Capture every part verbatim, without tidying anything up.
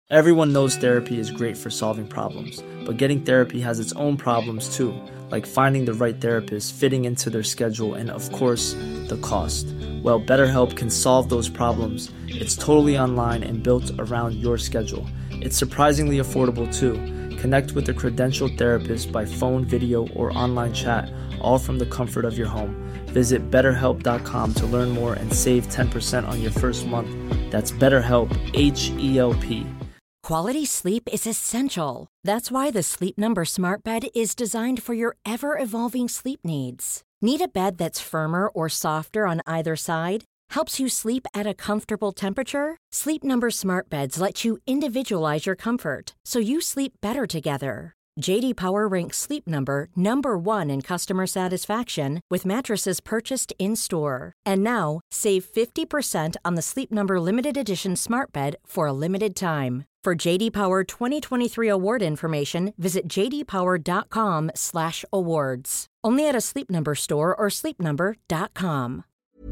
Everyone knows therapy is great for solving problems, but getting therapy has its own problems too, like finding the right therapist, fitting into their schedule, and of course, the cost. Well, BetterHelp can solve those problems. It's totally online and built around your schedule. It's surprisingly affordable too. Connect with a credentialed therapist by phone, video, or online chat, all from the comfort of your home. Visit better help dot com to learn more and save ten percent on your first month. That's BetterHelp, H E L P. Quality sleep is essential. That's why the Sleep Number Smart Bed is designed for your ever-evolving sleep needs. Need a bed that's firmer or softer on either side? Helps you sleep at a comfortable temperature? Sleep Number Smart Beds let you individualize your comfort, so you sleep better together. J D Power ranks Sleep Number number one in customer satisfaction with mattresses purchased in-store. And now, save fifty percent on the Sleep Number Limited Edition Smart Bed for a limited time. For J D Power twenty twenty-three award information, visit j d power dot com slash awards. Only at a Sleep Number store or sleep number dot com.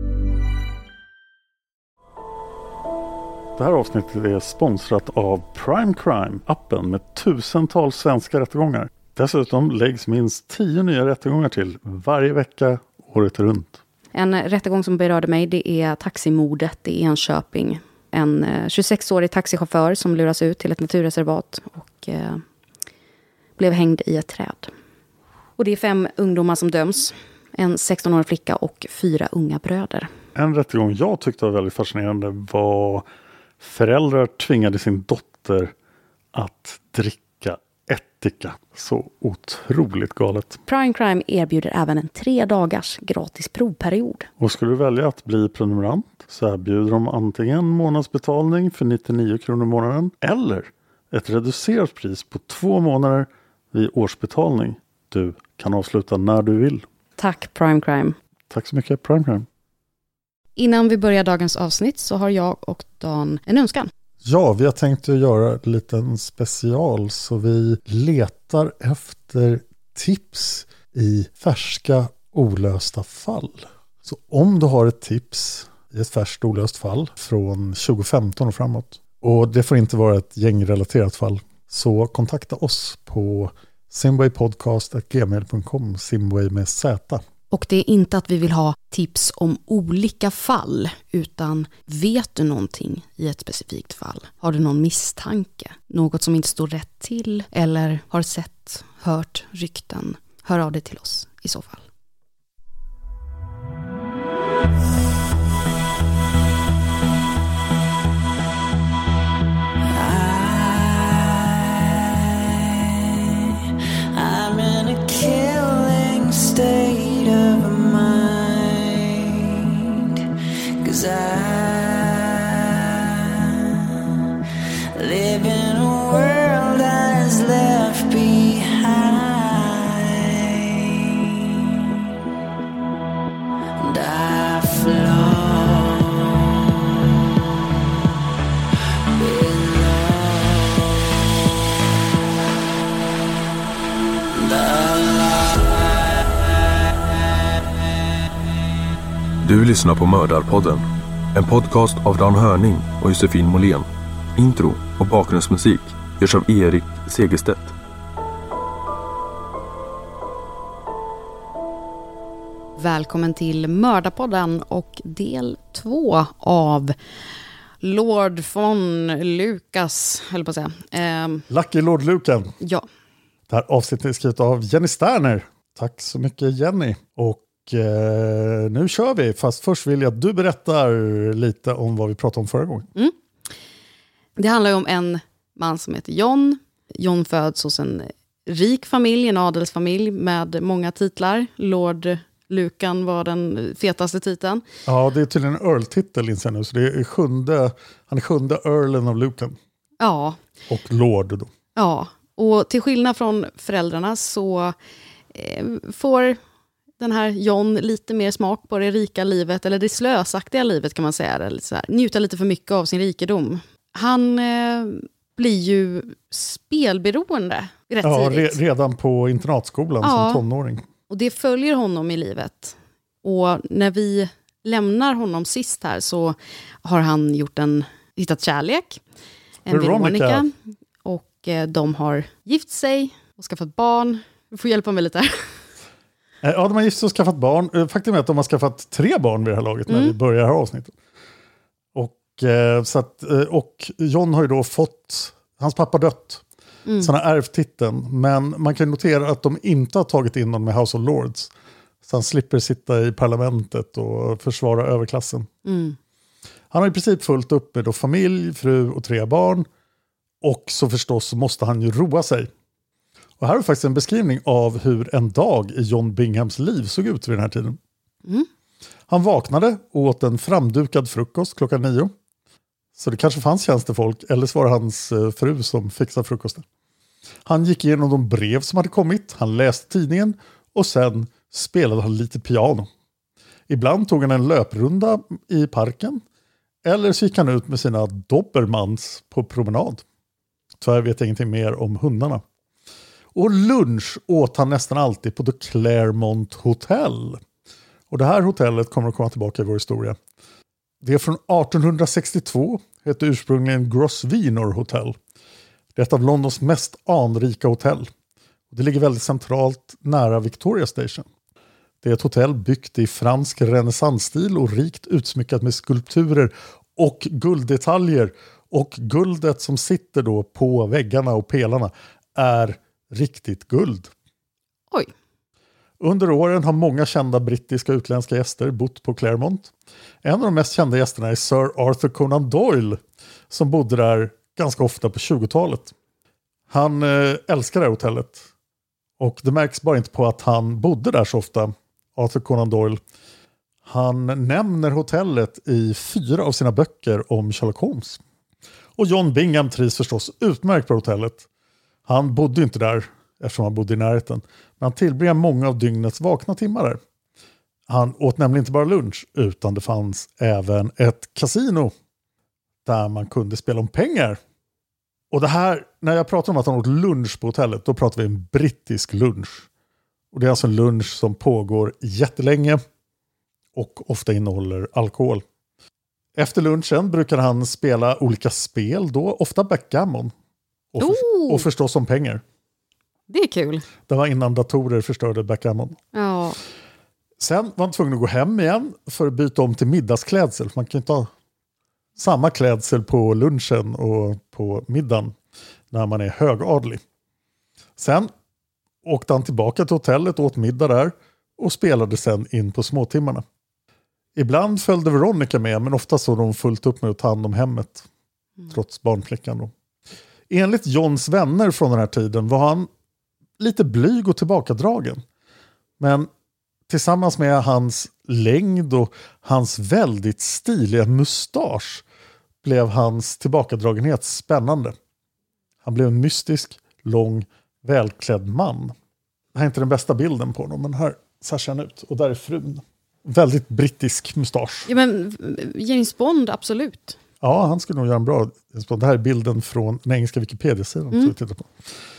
Det här avsnittet är sponsrat av Prime Crime, appen med tusentals svenska rättegångar. Dessutom läggs minst tio nya rättegångar till varje vecka, året runt. En rättegång som berörde mig, det är taximordet i Enköping. En tjugosex-årig taxichaufför som luras ut till ett naturreservat och eh, blev hängd i ett träd. Och det är fem ungdomar som döms. En sexton-årig flicka och fyra unga bröder. En rättegång jag tyckte var väldigt fascinerande var föräldrar tvingade sin dotter att dricka ättika. Så otroligt galet. Prime Crime erbjuder även en tre dagars gratis provperiod. Och skulle du välja att bli prenumerant så erbjuder de antingen månadsbetalning för nittionio kronor i månaden eller ett reducerat pris på två månader vid årsbetalning. Du kan avsluta när du vill. Tack Prime Crime. Tack så mycket Prime Crime. Innan vi börjar dagens avsnitt så har jag och Dan en önskan. Ja, vi har tänkt att göra en liten special så vi letar efter tips i färska olösta fall. Så om du har ett tips i ett färskt olöst fall från tjugo femton och framåt och det får inte vara ett gängrelaterat fall så kontakta oss på simwaypodcast at gmail dot com, Simway med Z. Och det är inte att vi vill ha tips om olika fall, utan vet du någonting i ett specifikt fall? Har du någon misstanke? Något som inte står rätt till? Eller har sett, hört rykten? Hör av dig till oss i så fall. I'm in a killing state of mind, 'cause I live in a world that is left behind, and I flow Du lyssnar på Mördarpodden, en podcast av Dan Hörning och Josefin Måhlén. Intro och bakgrundsmusik görs av Erik Segerstedt. Välkommen till Mördarpodden och del två av Lord von Lucas, höll på att säga. Um, Lucky Lord Lucan. Ja. Det här avsnittet är skrivet av Jenny Sterner. Tack så mycket Jenny. Och eh, nu kör vi. Fast först vill jag att du berättar lite om vad vi pratade om förra gången. Mm. Det handlar ju om en man som heter John. John föds hos en rik familj, en adelsfamilj med många titlar. Lord Lucan var den fetaste titeln. Ja, det är tydligen en Earl-titel inser nu. Så det är sjunde, han är sjunde Earlen av Lucan. Ja. Och Lord då. Ja, och till skillnad från föräldrarna så eh, får den här John lite mer smak på det rika livet, eller det slösaktiga livet kan man säga. Eller så här, njuta lite för mycket av sin rikedom. Han eh, blir ju spelberoende rätt ja, tidigt. Re- redan på internatskolan ja. Som tonåring. Och det följer honom i livet. Och när vi lämnar honom sist här så har han gjort en, hittat kärlek. en Veronica. Veronica. Och eh, de har gift sig och skaffat barn. Du får hjälpa mig lite här. Ja, de har gift sig och skaffat barn. Faktum är att de har skaffat tre barn vid det här laget när Mm. vi börjar det här avsnittet. Och, eh, så att, eh, och John har ju då fått, hans pappa dött. Mm. Så han har ärvt titeln. Men man kan notera att de inte har tagit in någon med House of Lords. Så han slipper sitta i parlamentet och försvara överklassen. Mm. Han har i princip fullt upp med då familj, fru och tre barn. Och så förstås måste han ju roa sig. Och här är faktiskt en beskrivning av hur en dag i John Binghams liv såg ut vid den här tiden. Mm. Han vaknade och åt en framdukad frukost klockan nio. Så det kanske fanns tjänstefolk, eller så var det hans eh, fru som fixade frukosten. Han gick igenom de brev som hade kommit, han läste tidningen och sen spelade han lite piano. Ibland tog han en löprunda i parken, eller så gick han ut med sina dobermans på promenad. Tyvärr vet jag ingenting mer om hundarna. Och lunch åt han nästan alltid på The Claremont Hotel. Och det här hotellet kommer att komma tillbaka i vår historia. Det är från arton sextiotvå, heter ursprungligen Grosvenor Hotel. Det är ett av Londons mest anrika hotell. Det ligger väldigt centralt nära Victoria Station. Det är ett hotell byggt i fransk renässansstil och rikt utsmyckat med skulpturer och gulddetaljer. Och guldet som sitter då på väggarna och pelarna är riktigt guld. Oj. Under åren har många kända brittiska och utländska gäster bott på Claremont. En av de mest kända gästerna är Sir Arthur Conan Doyle som bodde där ganska ofta på tjugotalet. Han eh, älskar det här hotellet. Och det märks bara inte på att han bodde där så ofta, Arthur Conan Doyle. Han nämner hotellet i fyra av sina böcker om Sherlock Holmes. Och John Bingham trivs förstås utmärkt på hotellet. Han bodde inte där eftersom han bodde i närheten. Men han tillbringade många av dygnets vakna timmar där. Han åt nämligen inte bara lunch utan det fanns även ett kasino där man kunde spela om pengar. Och det här, när jag pratar om att han åt lunch på hotellet, då pratar vi en brittisk lunch. Och det är alltså en lunch som pågår jättelänge och ofta innehåller alkohol. Efter lunchen brukar han spela olika spel då, ofta backgammon. Och, för, Oh. och förstås om pengar. Det är kul. Det var innan datorer förstörde backgammon. Ja. Sen var han tvungen att gå hem igen för att byta om till middagsklädsel. Man kan inte ha samma klädsel på lunchen och på middagen när man är högadlig. Sen åkte han tillbaka till hotellet och åt middag där och spelade sen in på småtimmarna. Ibland följde Veronica med, men ofta så de fullt upp med att ta hand om hemmet. Mm. Trots barnflickan då. Enligt Johns vänner från den här tiden var han lite blyg och tillbakadragen. Men tillsammans med hans längd och hans väldigt stiliga mustasch blev hans tillbakadragenhet spännande. Han blev en mystisk, lång, välklädd man. Det här är inte den bästa bilden på honom, men här ser han ut. Och där är frun. Väldigt brittisk mustasch. Ja, men James Bond, absolut. Ja, han skulle nog göra en bra James Bond. Det här är bilden från den engelska Wikipedia-sidan. Mm. Så vi tittar på.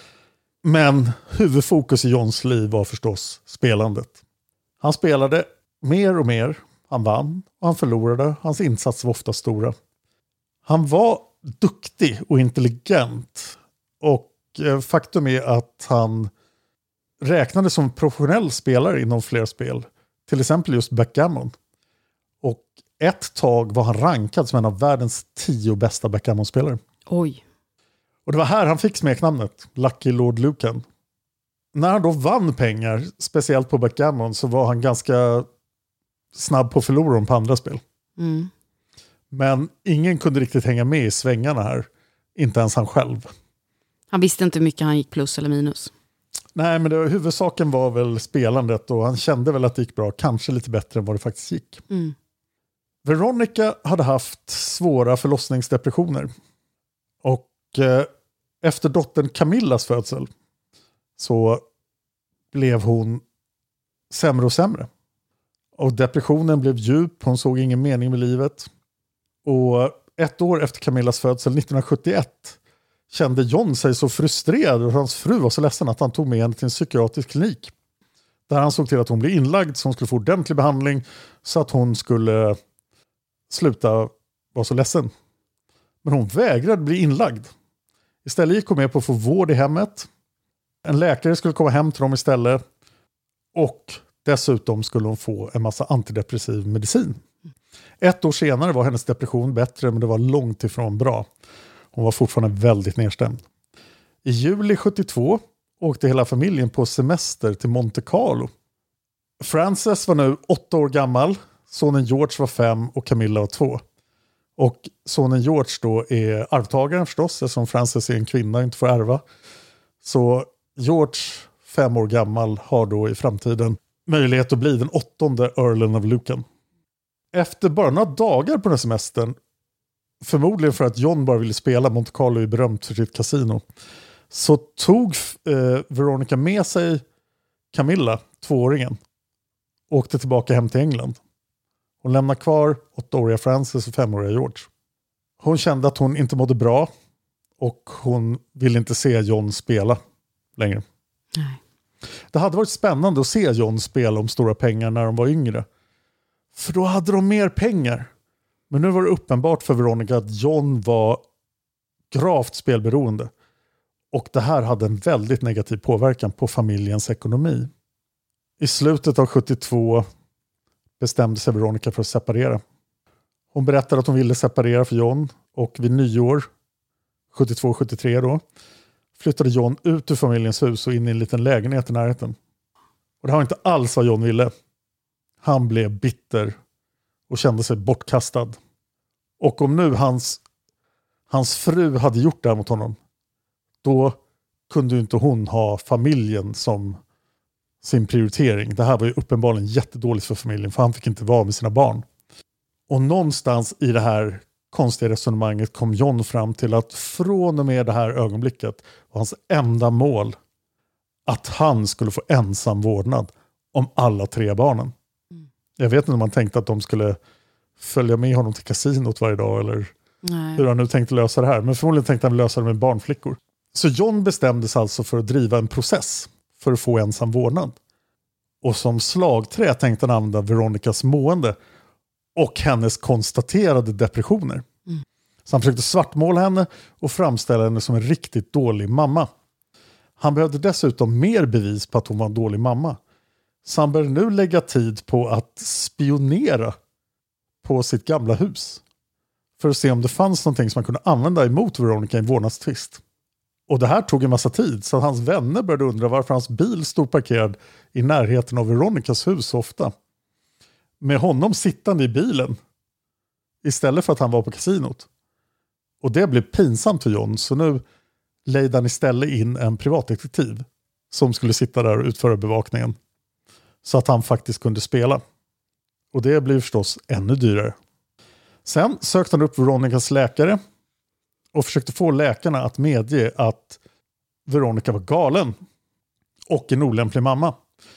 Men huvudfokus i Johns liv var förstås spelandet. Han spelade mer och mer. Han vann och han förlorade. Hans insatser var ofta stora. Han var duktig och intelligent. Och eh, faktum är att han räknades som professionell spelare inom flera spel. Till exempel just backgammon. Och ett tag var han rankad som en av världens tio bästa backgammon-spelare. Oj. Och det var här han fick smeknamnet, Lucky Lord Lucan. När han då vann pengar, speciellt på backgammon, så var han ganska snabb på att förlora dem på andra spel. Mm. Men ingen kunde riktigt hänga med i svängarna här. Inte ens han själv. Han visste inte hur mycket han gick plus eller minus. Nej, men det, huvudsaken var väl spelandet och han kände väl att det gick bra. Kanske lite bättre än vad det faktiskt gick. Mm. Veronica hade haft svåra förlossningsdepressioner. Och eh, efter dottern Camillas födsel så blev hon sämre och sämre. Och depressionen blev djup. Hon såg ingen mening med livet. Och ett år efter Camillas födsel, nittonhundrasjuttioett, kände John sig så frustrerad och hans fru var så ledsen att han tog med henne till en psykiatrisk klinik. Där han såg till att hon blev inlagd så hon skulle få ordentlig behandling så att hon skulle sluta vara så ledsen. Men hon vägrade bli inlagd. Istället gick hon med på att få vård i hemmet. En läkare skulle komma hem till dem istället. Och dessutom skulle hon få en massa antidepressiv medicin. Ett år senare var hennes depression bättre, men det var långt ifrån bra. Hon var fortfarande väldigt nedstämd. I juli sjuttiotvå åkte hela familjen på semester till Monte Carlo. Frances var nu åtta år gammal. Sonen George var fem och Camilla var två. Och sonen George då är arvtagaren förstås, eftersom Frances är en kvinna och inte får ärva. Så George, fem år gammal, har då i framtiden möjlighet att bli den åttonde Earlen of Lucan. Efter bara några dagar på den här semestern, förmodligen för att John bara ville spela, Monte Carlo är berömt för sitt kasino, så tog eh, Veronica med sig Camilla, tvååringen, och åkte tillbaka hem till England. Hon lämnade kvar åttaåriga Frances och femåriga George. Hon kände att hon inte mådde bra och hon ville inte se John spela längre. Nej. Det hade varit spännande att se John spela om stora pengar när de var yngre. För då hade de mer pengar. Men nu var det uppenbart för Veronica att John var gravt spelberoende. Och det här hade en väldigt negativ påverkan på familjens ekonomi. I slutet av sjuttiotvå bestämde sig Veronica för att separera. Hon berättade att hon ville separera för John. Och vid nyår, sjuttiotvå sjuttiotre då, flyttade John ut ur familjens hus och in i en liten lägenhet i närheten. Och det var inte alls vad John ville. Han blev bitter och kände sig bortkastad. Och om nu hans, hans fru hade gjort det här mot honom, då kunde ju inte hon ha familjen som sin prioritering. Det här var ju uppenbarligen jättedåligt för familjen, för han fick inte vara med sina barn. Och någonstans i det här konstiga resonemanget kom John fram till att från och med det här ögonblicket var hans enda mål att han skulle få ensam vårdnad om alla tre barnen. Mm. Jag vet inte om man tänkte att de skulle följa med honom till kasinot varje dag eller Nej. hur han nu tänkte lösa det här. Men förmodligen tänkte han lösa det med barnflickor. Så John bestämde sig alltså för att driva en process för att få ensam vårdnad. Och som slagträ tänkte han använda Veronicas mående och hennes konstaterade depressioner. Mm. Så han försökte svartmåla henne och framställa henne som en riktigt dålig mamma. Han behövde dessutom mer bevis på att hon var en dålig mamma. Så han började nu lägga tid på att spionera på sitt gamla hus. För att se om det fanns någonting som man kunde använda emot Veronica i en vårdnadstvist. Och det här tog en massa tid, så hans vänner började undra varför hans bil stod parkerad i närheten av Veronicas hus så ofta. Med honom sittande i bilen istället för att han var på kasinot. Och det blev pinsamt för John, så nu lejde han istället in en privatdetektiv som skulle sitta där och utföra bevakningen. Så att han faktiskt kunde spela. Och det blev förstås ännu dyrare. Sen sökte han upp Veronicas läkare och försökte få läkarna att medge att Veronica var galen och en olämplig mamma.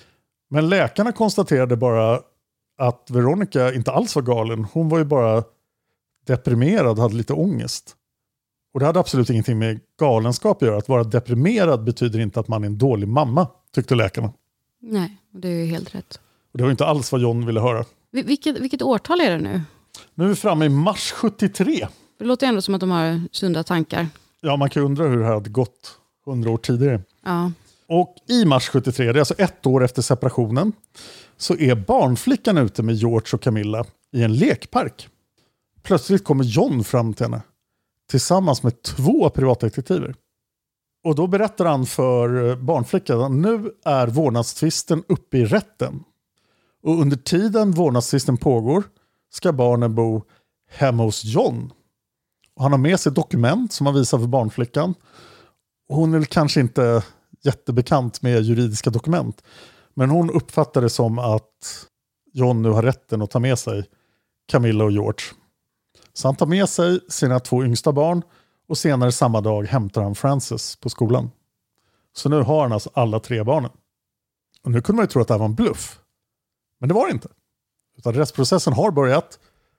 Men läkarna konstaterade bara att Veronica inte alls var galen. Hon var ju bara deprimerad och hade lite ångest. Och det hade absolut ingenting med galenskap att göra. Att vara deprimerad betyder inte att man är en dålig mamma, tyckte läkarna. Nej, det är ju helt rätt. Och det var inte alls vad John ville höra. Vil- vilket, vilket årtal är det nu? Nu är vi framme i mars sjuttiotre. Det låter ändå som att de har sunda tankar. Ja, man kan undra hur det här hade gått hundra år tidigare. Ja. Och i mars sjuttiotre, det är alltså ett år efter separationen, så är barnflickan ute med George och Camilla i en lekpark. Plötsligt kommer John fram till henne tillsammans med två privatdetektiver. Och då berättar han för barnflickan att nu är vårdnadstvisten uppe i rätten. Och under tiden vårdnadstvisten pågår ska barnen bo hemma hos John. Och han har med sig dokument som han visar för barnflickan. Och hon är kanske inte jättebekant med juridiska dokument. Men hon uppfattar det som att John nu har rätten att ta med sig Camilla och George. Så han tar med sig sina två yngsta barn och senare samma dag hämtar han Frances på skolan. Så nu har han alltså alla tre barnen. Och nu kunde man ju tro att det här var en bluff. Men det var det inte. Utan rättsprocessen har börjat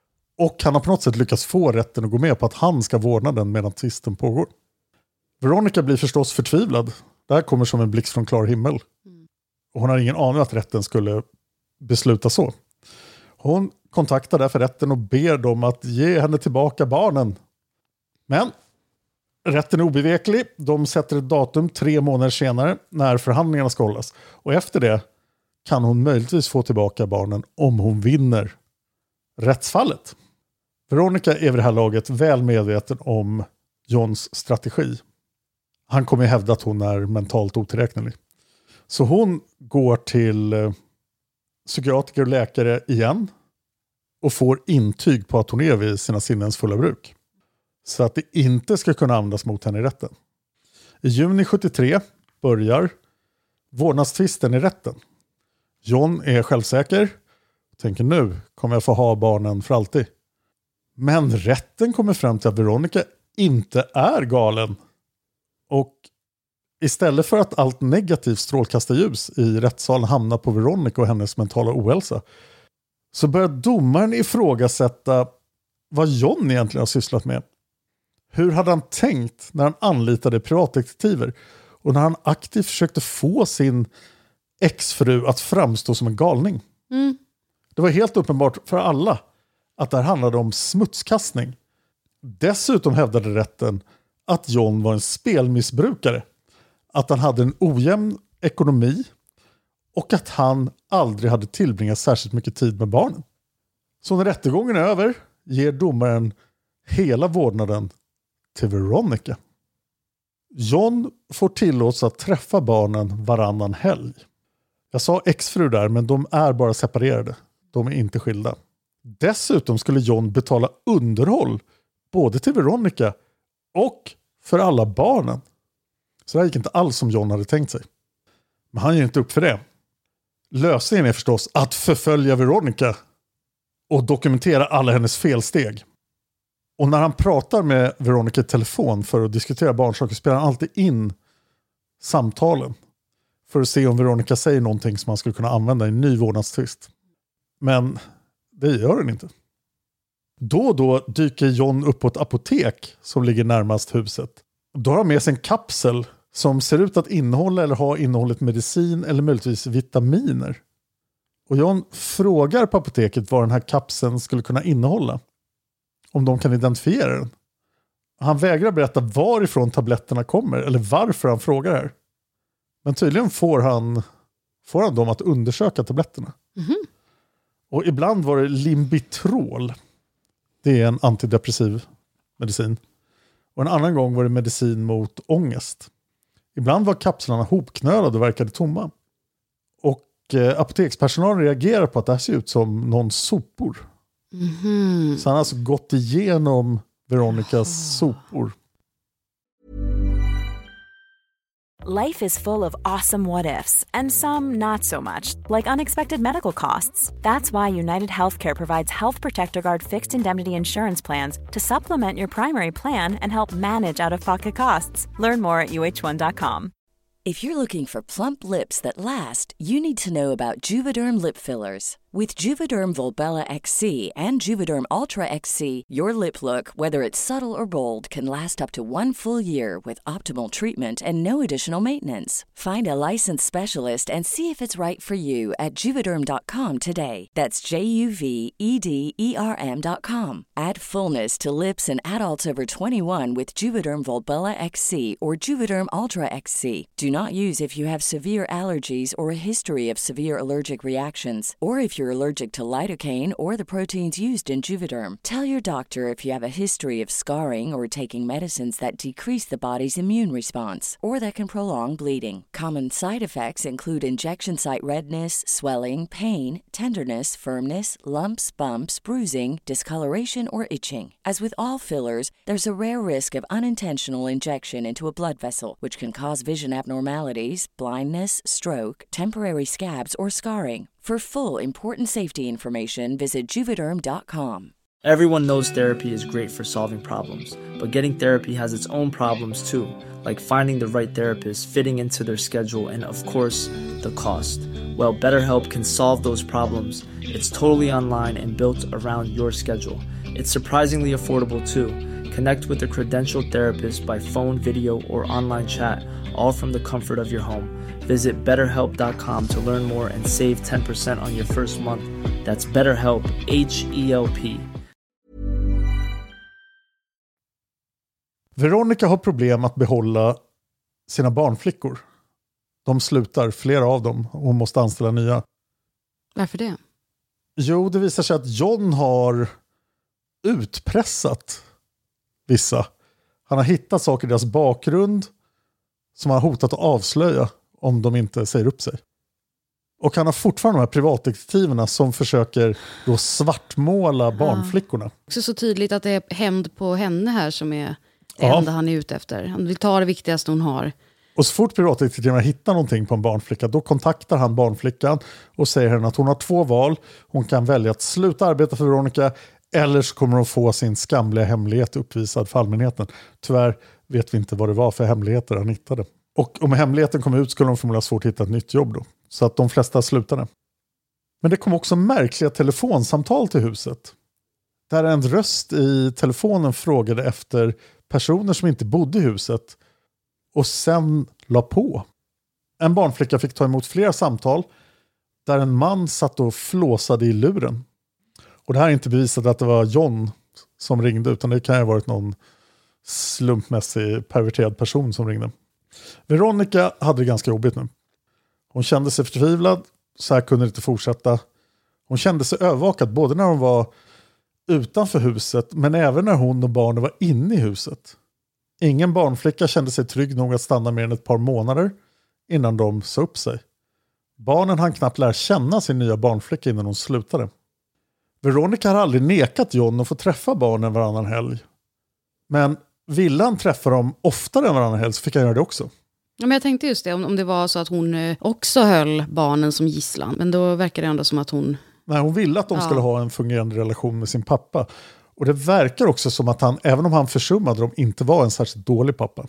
och han har på något sätt lyckats få rätten att gå med på att han ska vårdna den medan tvisten pågår. Veronica blir förstås förtvivlad. Det här kommer som en blixt från klar himmel. Och hon har ingen aning att rätten skulle besluta så. Hon kontaktar därför rätten och ber dem att ge henne tillbaka barnen. Men rätten är obeveklig. De sätter ett datum tre månader senare när förhandlingarna ska hållas. Och efter det kan hon möjligtvis få tillbaka barnen om hon vinner rättsfallet. Veronica är vid det här laget väl medveten om Johns strategi. Han kommer hävda att hon är mentalt otillräknelig. Så hon går till eh, psykiatriker och läkare igen och får intyg på att hon är vid sina sinnens fulla bruk. Så att det inte ska kunna användas mot henne i rätten. I juni sjuttiotre börjar vårdnadstvisten i rätten. John är självsäker och tänker nu kommer jag få ha barnen för alltid. Men rätten kommer fram till att Veronica inte är galen. Och istället för att allt negativt strålkastarljus i rättssalen hamnar på Veronica och hennes mentala ohälsa, så börjar domaren ifrågasätta vad John egentligen har sysslat med. Hur hade han tänkt när han anlitade privatdetektiver och när han aktivt försökte få sin exfru att framstå som en galning? Mm. Det var helt uppenbart för alla att det här handlade om smutskastning. Dessutom hävdade rätten att John var en spelmissbrukare, att han hade en ojämn ekonomi och att han aldrig hade tillbringat särskilt mycket tid med barnen. Så när rättegången är över ger domaren hela vårdnaden till Veronica. John får tillåts att träffa barnen varannan helg. Jag sa exfru där, men de är bara separerade. De är inte skilda. Dessutom skulle John betala underhåll både till Veronica och för alla barnen. Så det här gick inte alls som John hade tänkt sig. Men han ger inte upp för det. Lösningen är förstås att förfölja Veronica och dokumentera alla hennes felsteg. Och när han pratar med Veronica i telefon för att diskutera barnsaker spelar han alltid in samtalen för att se om Veronica säger någonting som man skulle kunna använda i en ny vårdnadstvist. Men det gör den inte. Då och då dyker John upp på ett apotek som ligger närmast huset. Då har han med sig en kapsel som ser ut att innehålla eller ha innehållit medicin eller möjligtvis vitaminer. Och John frågar på apoteket vad den här kapseln skulle kunna innehålla. Om de kan identifiera den. Han vägrar berätta varifrån tabletterna kommer eller varför han frågar här. Men tydligen får han, får han dem att undersöka tabletterna. Mm-hmm. Och ibland var det Limbitrol. Det är en antidepressiv medicin. Och en annan gång var det medicin mot ångest. Ibland var kapslarna hopknölade och verkade tomma. Och eh, apotekspersonalen reagerar på att det här ser ut som någon sopor. Mm-hmm. Så han har alltså gått igenom Veronicas sopor. Life is full of awesome what-ifs, and some not so much, like unexpected medical costs. That's why United Healthcare provides Health Protector Guard fixed indemnity insurance plans to supplement your primary plan and help manage out-of-pocket costs. Learn more at U H one dot com. If you're looking for plump lips that last, you need to know about Juvederm lip fillers. With Juvederm Volbella X C and Juvederm Ultra X C, your lip look, whether it's subtle or bold, can last up to one full year with optimal treatment and no additional maintenance. Find a licensed specialist and see if it's right for you at Juvederm dot com today. That's J U V E D E R M dot com. Add fullness to lips in adults over twenty-one with Juvederm Volbella X C or Juvederm Ultra X C. Do not use if you have severe allergies or a history of severe allergic reactions, or if you're allergic to lidocaine or the proteins used in Juvederm. Tell your doctor if you have a history of scarring or taking medicines that decrease the body's immune response or that can prolong bleeding. Common side effects include injection site redness, swelling, pain, tenderness, firmness, lumps, bumps, bruising, discoloration, or itching. As with all fillers, there's a rare risk of unintentional injection into a blood vessel, which can cause vision abnormalities, blindness, stroke, temporary scabs, or scarring. For full, important safety information, visit Juvederm dot com. Everyone knows therapy is great for solving problems, but getting therapy has its own problems too, like finding the right therapist, fitting into their schedule, and of course, the cost. Well, BetterHelp can solve those problems. It's totally online and built around your schedule. It's surprisingly affordable too. Connect with a credentialed therapist by phone, video, or online chat, all from the comfort of your home. Visit better help dot com to learn more and save ten percent on your first month. That's BetterHelp, H E L P. Veronica har problem att behålla sina barnflickor. De slutar, flera av dem, och hon måste anställa nya. Varför det? Jo, det visar sig att John har utpressat vissa. Han har hittat saker i deras bakgrund som han har hotat att avslöja om de inte säger upp sig. Och han har fortfarande de här privatdetektiverna som försöker då svartmåla barnflickorna. Ja. Också så tydligt att det är hämnd på henne här som är det Ja. enda han är ute efter. Han vill ta det viktigaste hon har. Och så fort privatdetektiverna hittar någonting på en barnflicka, då kontaktar han barnflickan och säger henne att hon har två val. Hon kan välja att sluta arbeta för Veronica, eller så kommer hon få sin skamliga hemlighet uppvisad för allmänheten. Tyvärr vet vi inte vad det var för hemligheter han hittade. Och om hemligheten kom ut skulle de förmodligen ha svårt att hitta ett nytt jobb då. Så att de flesta slutade. Men det kom också märkliga telefonsamtal till huset. Där en röst i telefonen frågade efter personer som inte bodde i huset. Och sen la på. En barnflicka fick ta emot flera samtal. Där en man satt och flåsade i luren. Och det här är inte bevisat att det var John som ringde. Utan det kan ju ha varit någon slumpmässig perverterad person som ringde. Veronica hade det ganska jobbigt nu. Hon kände sig förtvivlad. Så här kunde det inte fortsätta. Hon kände sig övervakad både när hon var utanför huset. Men även när hon och barnen var inne i huset. Ingen barnflicka kände sig trygg nog att stanna mer än ett par månader innan de sa upp sig. Barnen hann knappt lära känna sin nya barnflicka innan hon slutade. Veronica har aldrig nekat John att få träffa barnen varannan helg. Men ville han träffa dem oftare än varannan helg så fick han göra det också. Ja, men jag tänkte just det, om, om det var så att hon eh, också höll barnen som gisslan. Men då verkar det ändå som att hon... Nej, hon ville att de Ja. skulle ha en fungerande relation med sin pappa. Och det verkar också som att han, även om han försummade dem, inte var en särskilt dålig pappa.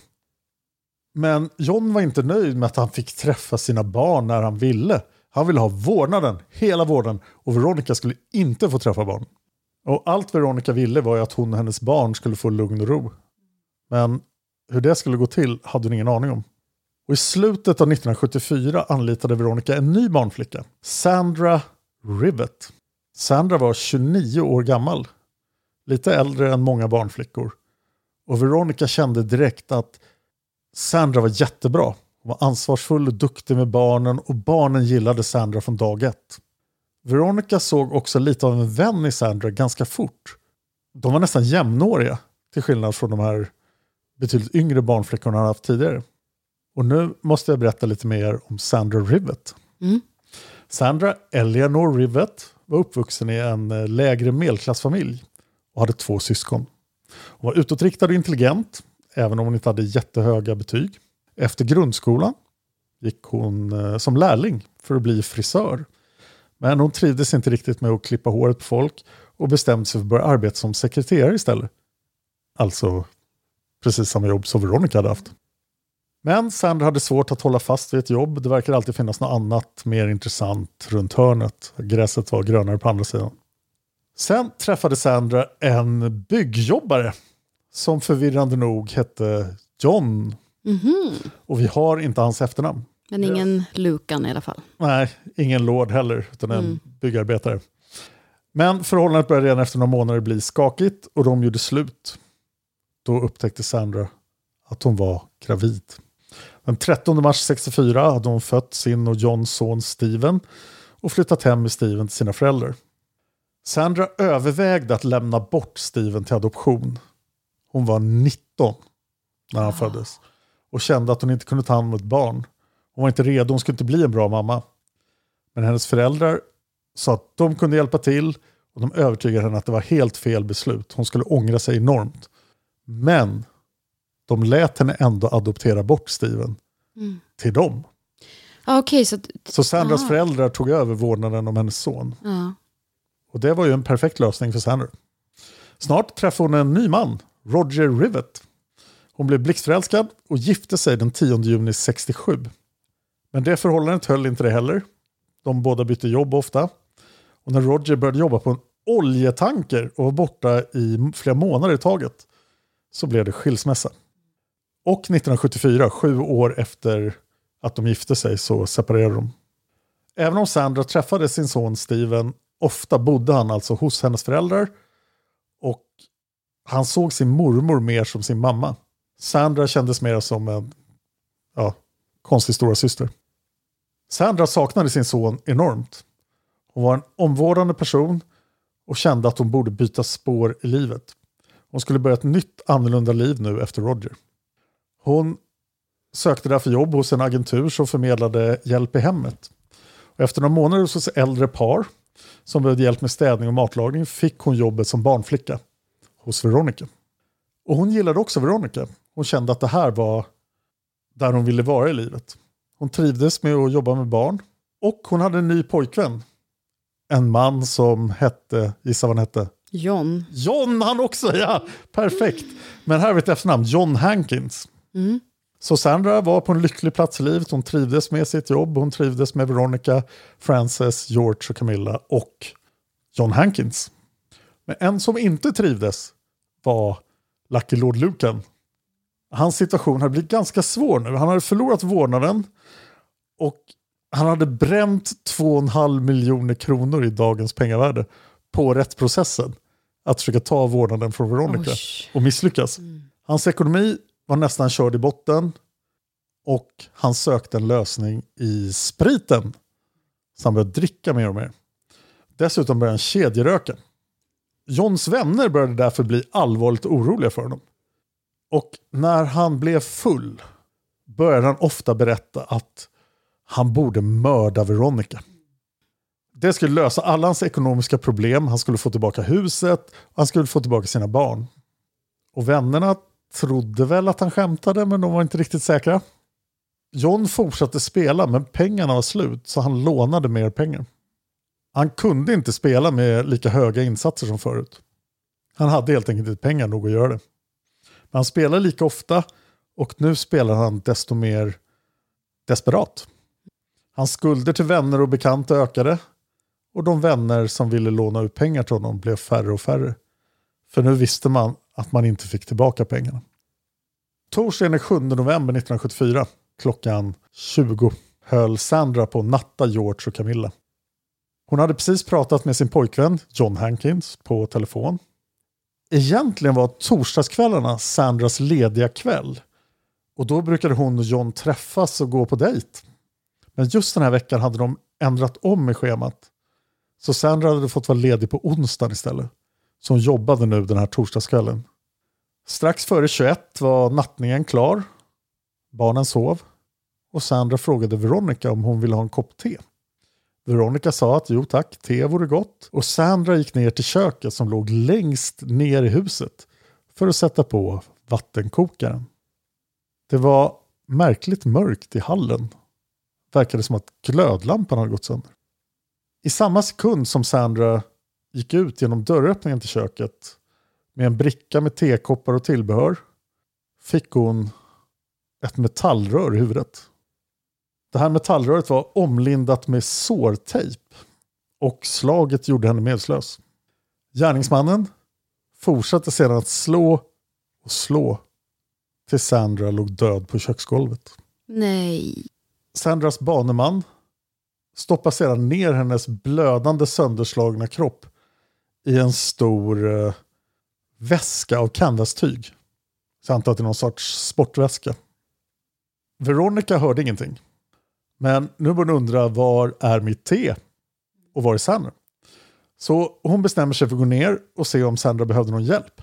Men John var inte nöjd med att han fick träffa sina barn när han ville. Han ville ha vårdnaden, hela vården. Och Veronica skulle inte få träffa barn. Och allt Veronica ville var ju att hon och hennes barn skulle få lugn och ro. Men hur det skulle gå till hade hon ingen aning om. Och i slutet av nittonhundrasjuttiofyra anlitade Veronica en ny barnflicka. Sandra Rivet. Sandra var tjugonio år gammal. Lite äldre än många barnflickor. Och Veronica kände direkt att Sandra var jättebra. Hon var ansvarsfull och duktig med barnen. Och barnen gillade Sandra från dag ett. Veronica såg också lite av en vän i Sandra ganska fort. De var nästan jämnåriga. Till skillnad från de här betydligt yngre barnflickorna han haft tidigare. Och nu måste jag berätta lite mer om Sandra Rivet. Mm. Sandra Eleanor Rivet var uppvuxen i en lägre medelklassfamilj och hade två syskon. Hon var utåtriktad och intelligent, även om hon inte hade jättehöga betyg. Efter grundskolan gick hon eh, som lärling för att bli frisör. Men hon trivdes inte riktigt med att klippa håret på folk och bestämde sig för att börja arbeta som sekreterare istället. Alltså precis samma jobb som Veronica hade haft. Men Sandra hade svårt att hålla fast vid ett jobb. Det verkar alltid finnas något annat mer intressant runt hörnet. Gräset var grönare på andra sidan. Sen träffade Sandra en byggjobbare som förvirrande nog hette John. Mm-hmm. Och vi har inte hans efternamn. Men ingen Lukan i alla fall. Nej, ingen lord heller, utan en Mm. byggarbetare. Men förhållandet började redan efter några månader bli skakigt och de gjorde slut. Då upptäckte Sandra att hon var gravid. Den trettonde mars sextiofyra hade hon fött sin och Johns son Steven och flyttat hem med Steven till sina föräldrar. Sandra övervägde att lämna bort Steven till adoption. Hon var nitton när han föddes och kände att hon inte kunde ta hand om ett barn. Hon var inte redo, hon skulle inte bli en bra mamma. Men hennes föräldrar sa att de kunde hjälpa till och de övertygade henne att det var helt fel beslut. Hon skulle ångra sig enormt. Men de lät henne ändå adoptera bort Steven Mm. till dem. Ah, okay, så, Så Sandras aha. föräldrar tog över vårdnaden om hennes son. Ja. Och det var ju en perfekt lösning för Sandra. Snart träffade hon en ny man, Roger Rivet. Hon blev blixtförälskad och gifte sig den tionde juni sextiosju. Men det förhållandet höll inte det heller. De båda bytte jobb ofta. Och när Roger började jobba på en oljetanker och var borta i flera månader i taget så blev det skilsmässa. Och nittonhundrasjuttiofyra, sju år efter att de gifte sig, så separerade de. Även om Sandra träffade sin son Steven, ofta bodde han alltså hos hennes föräldrar och han såg sin mormor mer som sin mamma. Sandra kändes mer som en ja, konstig stora syster. Sandra saknade sin son enormt. Hon var en omvårdande person och kände att hon borde byta spår i livet. Hon skulle börja ett nytt annorlunda liv nu efter Roger. Hon sökte därför jobb hos en agentur som förmedlade hjälp i hemmet. Och efter några månader hos ett äldre par som behövde hjälp med städning och matlagning fick hon jobbet som barnflicka hos Veronica. Och hon gillade också Veronica. Hon kände att det här var där hon ville vara i livet. Hon trivdes med att jobba med barn. Och hon hade en ny pojkvän. En man som hette, gissa vad han hette? John. John han också, ja. Perfekt. Men här är ett efternamn, John Hankins. Mm. Så Sandra var på en lycklig plats i livet. Hon trivdes med sitt jobb. Hon trivdes med Veronica, Frances, George och Camilla och John Hankins. Men en som inte trivdes var Lucky Lord Lucan. Hans situation hade blivit ganska svår nu. Han hade förlorat vårdnaden och han hade bränt två och en halv miljoner kronor i dagens pengavärde på rättsprocessen att försöka ta vårdnaden från Veronica Oj. och misslyckas. Mm. Hans ekonomi var nästan körd i botten och han sökte en lösning i spriten. Så han började dricka mer och mer. Dessutom började han kedjeröka. Johns vänner började därför bli allvarligt oroliga för honom. Och när han blev full började han ofta berätta att han borde mörda Veronica. Det skulle lösa alla hans ekonomiska problem. Han skulle få tillbaka huset och han skulle få tillbaka sina barn. Och vännerna trodde väl att han skämtade, men de var inte riktigt säkra. John fortsatte spela, men pengarna var slut så han lånade mer pengar. Han kunde inte spela med lika höga insatser som förut. Han hade helt enkelt inte pengar nog att göra det. Men han spelade lika ofta och nu spelar han desto mer desperat. Hans skulder till vänner och bekanta ökade och de vänner som ville låna ut pengar till honom blev färre och färre. För nu visste man att man inte fick tillbaka pengarna. Torsdagen den sjunde november nittonhundrasjuttiofyra klockan tjugo höll Sandra på natta George och Camilla. Hon hade precis pratat med sin pojkvän John Hankins på telefon. Egentligen var torsdagskvällarna Sandras lediga kväll. Och då brukade hon och John träffas och gå på dejt. Men just den här veckan hade de ändrat om i schemat. Så Sandra hade fått vara ledig på onsdagen istället. Så hon jobbade nu den här torsdagskvällen. Strax före tjugoett var nattningen klar. Barnen sov. Och Sandra frågade Veronica om hon ville ha en kopp te. Veronica sa att jo tack, te vore gott. Och Sandra gick ner till köket som låg längst ner i huset för att sätta på vattenkokaren. Det var märkligt mörkt i hallen. Verkade som att glödlampan hade gått sönder. I samma sekund som Sandra gick ut genom dörröppningen till köket med en bricka med tekoppar och tillbehör fick hon ett metallrör i huvudet. Det här metallröret var omlindat med sårtejp och slaget gjorde henne medslös. Gärningsmannen fortsatte sedan att slå och slå till Sandra låg död på köksgolvet. Nej. Sandras baneman stoppade sedan ner hennes blödande sönderslagna kropp i en stor eh, väska av canvastyg. Så jag antar att det är någon sorts sportväska. Veronica hörde ingenting. Men nu börjar hon undra, var är mitt te? Och var är Sandra? Så hon bestämmer sig för att gå ner och se om Sandra behövde någon hjälp.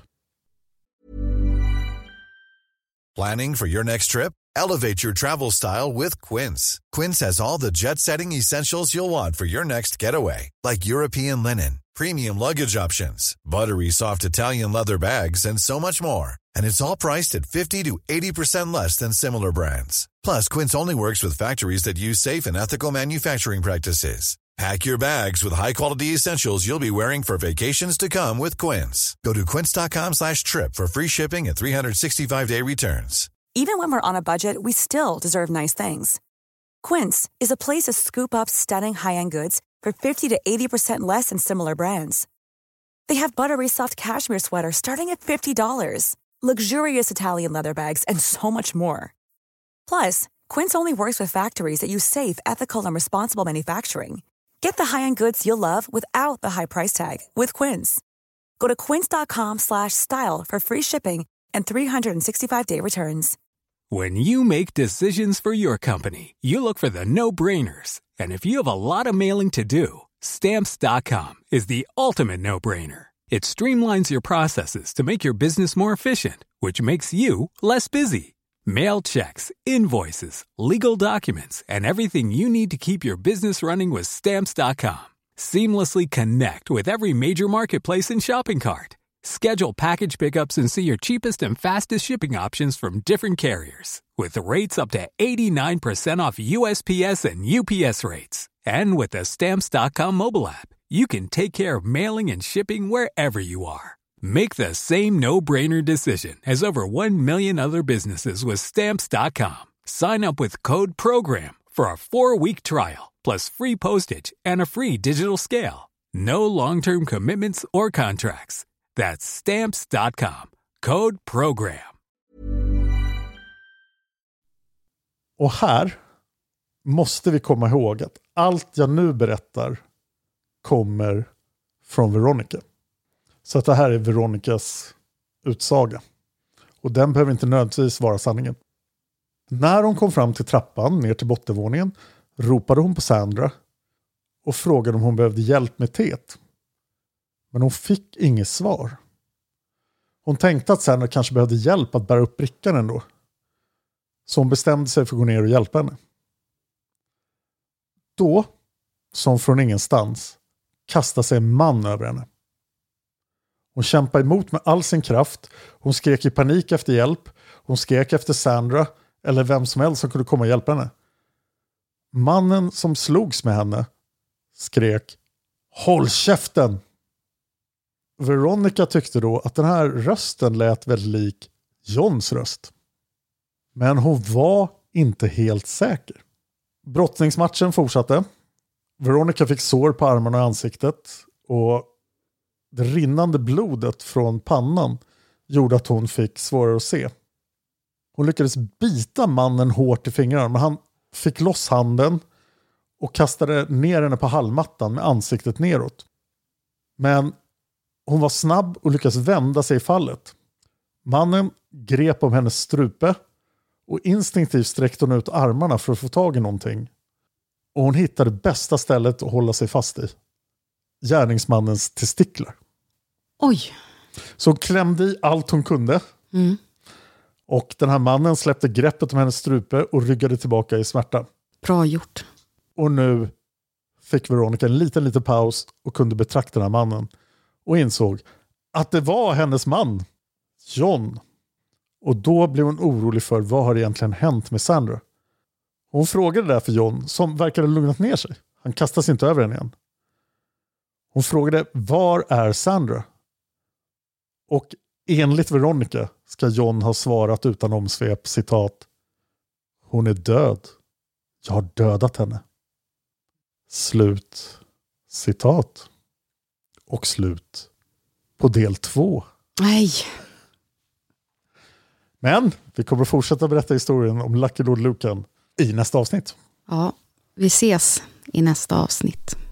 Planning for your next trip? Elevate your travel style with Quince. Quince has all the jet-setting essentials you'll want for your next getaway. Like European linen, premium luggage options, buttery soft Italian leather bags, and so much more. And it's all priced at fifty to eighty percent less than similar brands. Plus, Quince only works with factories that use safe and ethical manufacturing practices. Pack your bags with high-quality essentials you'll be wearing for vacations to come with Quince. Go to quince.com slash trip for free shipping and three sixty-five day returns. Even when we're on a budget, we still deserve nice things. Quince is a place to scoop up stunning high-end goods for fifty to eighty percent less than similar brands. They have buttery soft cashmere sweaters starting at fifty dollars, luxurious Italian leather bags, and so much more. Plus, Quince only works with factories that use safe, ethical, and responsible manufacturing. Get the high-end goods you'll love without the high price tag with Quince. Go to quince.com slash style for free shipping and three sixty-five day returns. When you make decisions for your company, you look for the no-brainers. And if you have a lot of mailing to do, Stamps dot com is the ultimate no-brainer. It streamlines your processes to make your business more efficient, which makes you less busy. Mail checks, invoices, legal documents, and everything you need to keep your business running with Stamps dot com. Seamlessly connect with every major marketplace and shopping cart. Schedule package pickups and see your cheapest and fastest shipping options from different carriers. With rates up to eighty-nine percent off U S P S and U P S rates. And with the Stamps dot com mobile app, you can take care of mailing and shipping wherever you are. Make the same no-brainer decision as over one million other businesses with Stamps dot com. Sign up with code PROGRAM for a four-week trial, plus free postage and a free digital scale. No long-term commitments or contracts. That's Stamps dot com. Code PROGRAM. Och här måste vi komma ihåg att allt jag nu berättar kommer från Veronica. Så att det här är Veronicas utsaga. Och den behöver inte nödvändigtvis vara sanningen. När hon kom fram till trappan ner till bottenvåningen ropade hon på Sandra och frågade om hon behövde hjälp med teet. Men hon fick inget svar. Hon tänkte att Sandra kanske behövde hjälp att bära upp brickan ändå. Så hon bestämde sig för att gå ner och hjälpa henne. Då, som från ingenstans, kastade sig en man över henne. Hon kämpade emot med all sin kraft. Hon skrek i panik efter hjälp. Hon skrek efter Sandra eller vem som helst som kunde komma och hjälpa henne. Mannen som slogs med henne skrek: "Håll käften!" Veronica tyckte då att den här rösten lät väldigt lik Johns röst. Men hon var inte helt säker. Brottningsmatchen fortsatte. Veronica fick sår på armarna och ansiktet. Och det rinnande blodet från pannan gjorde att hon fick svårare att se. Hon lyckades bita mannen hårt i fingrarna, men han fick loss handen och kastade ner henne på hallmattan med ansiktet neråt. Men hon var snabb och lyckades vända sig i fallet. Mannen grep om hennes strupe och instinktivt sträckte hon ut armarna för att få tag i någonting. Och hon hittade bästa stället att hålla sig fast i: gärningsmannens testiklar. Oj. Så hon klämde i allt hon kunde. Mm. Och den här mannen släppte greppet om hennes strupe och ryggade tillbaka i smärta. Bra gjort. Och nu fick Veronica en liten, liten paus och kunde betrakta den här mannen. Och insåg att det var hennes man, John. Och då blev hon orolig för vad har egentligen hänt med Sandra. Hon frågade därför John, som verkade lugnat ner sig. Han kastade sig inte över henne igen. Hon frågade: var är Sandra? Och enligt Veronica ska John ha svarat utan omsvep, citat: "Hon är död. Jag har dödat henne." Slut. Citat. Och slut på del två. Nej. Men vi kommer att fortsätta berätta historien om Lucky Lord Lucan i nästa avsnitt. Ja, vi ses i nästa avsnitt.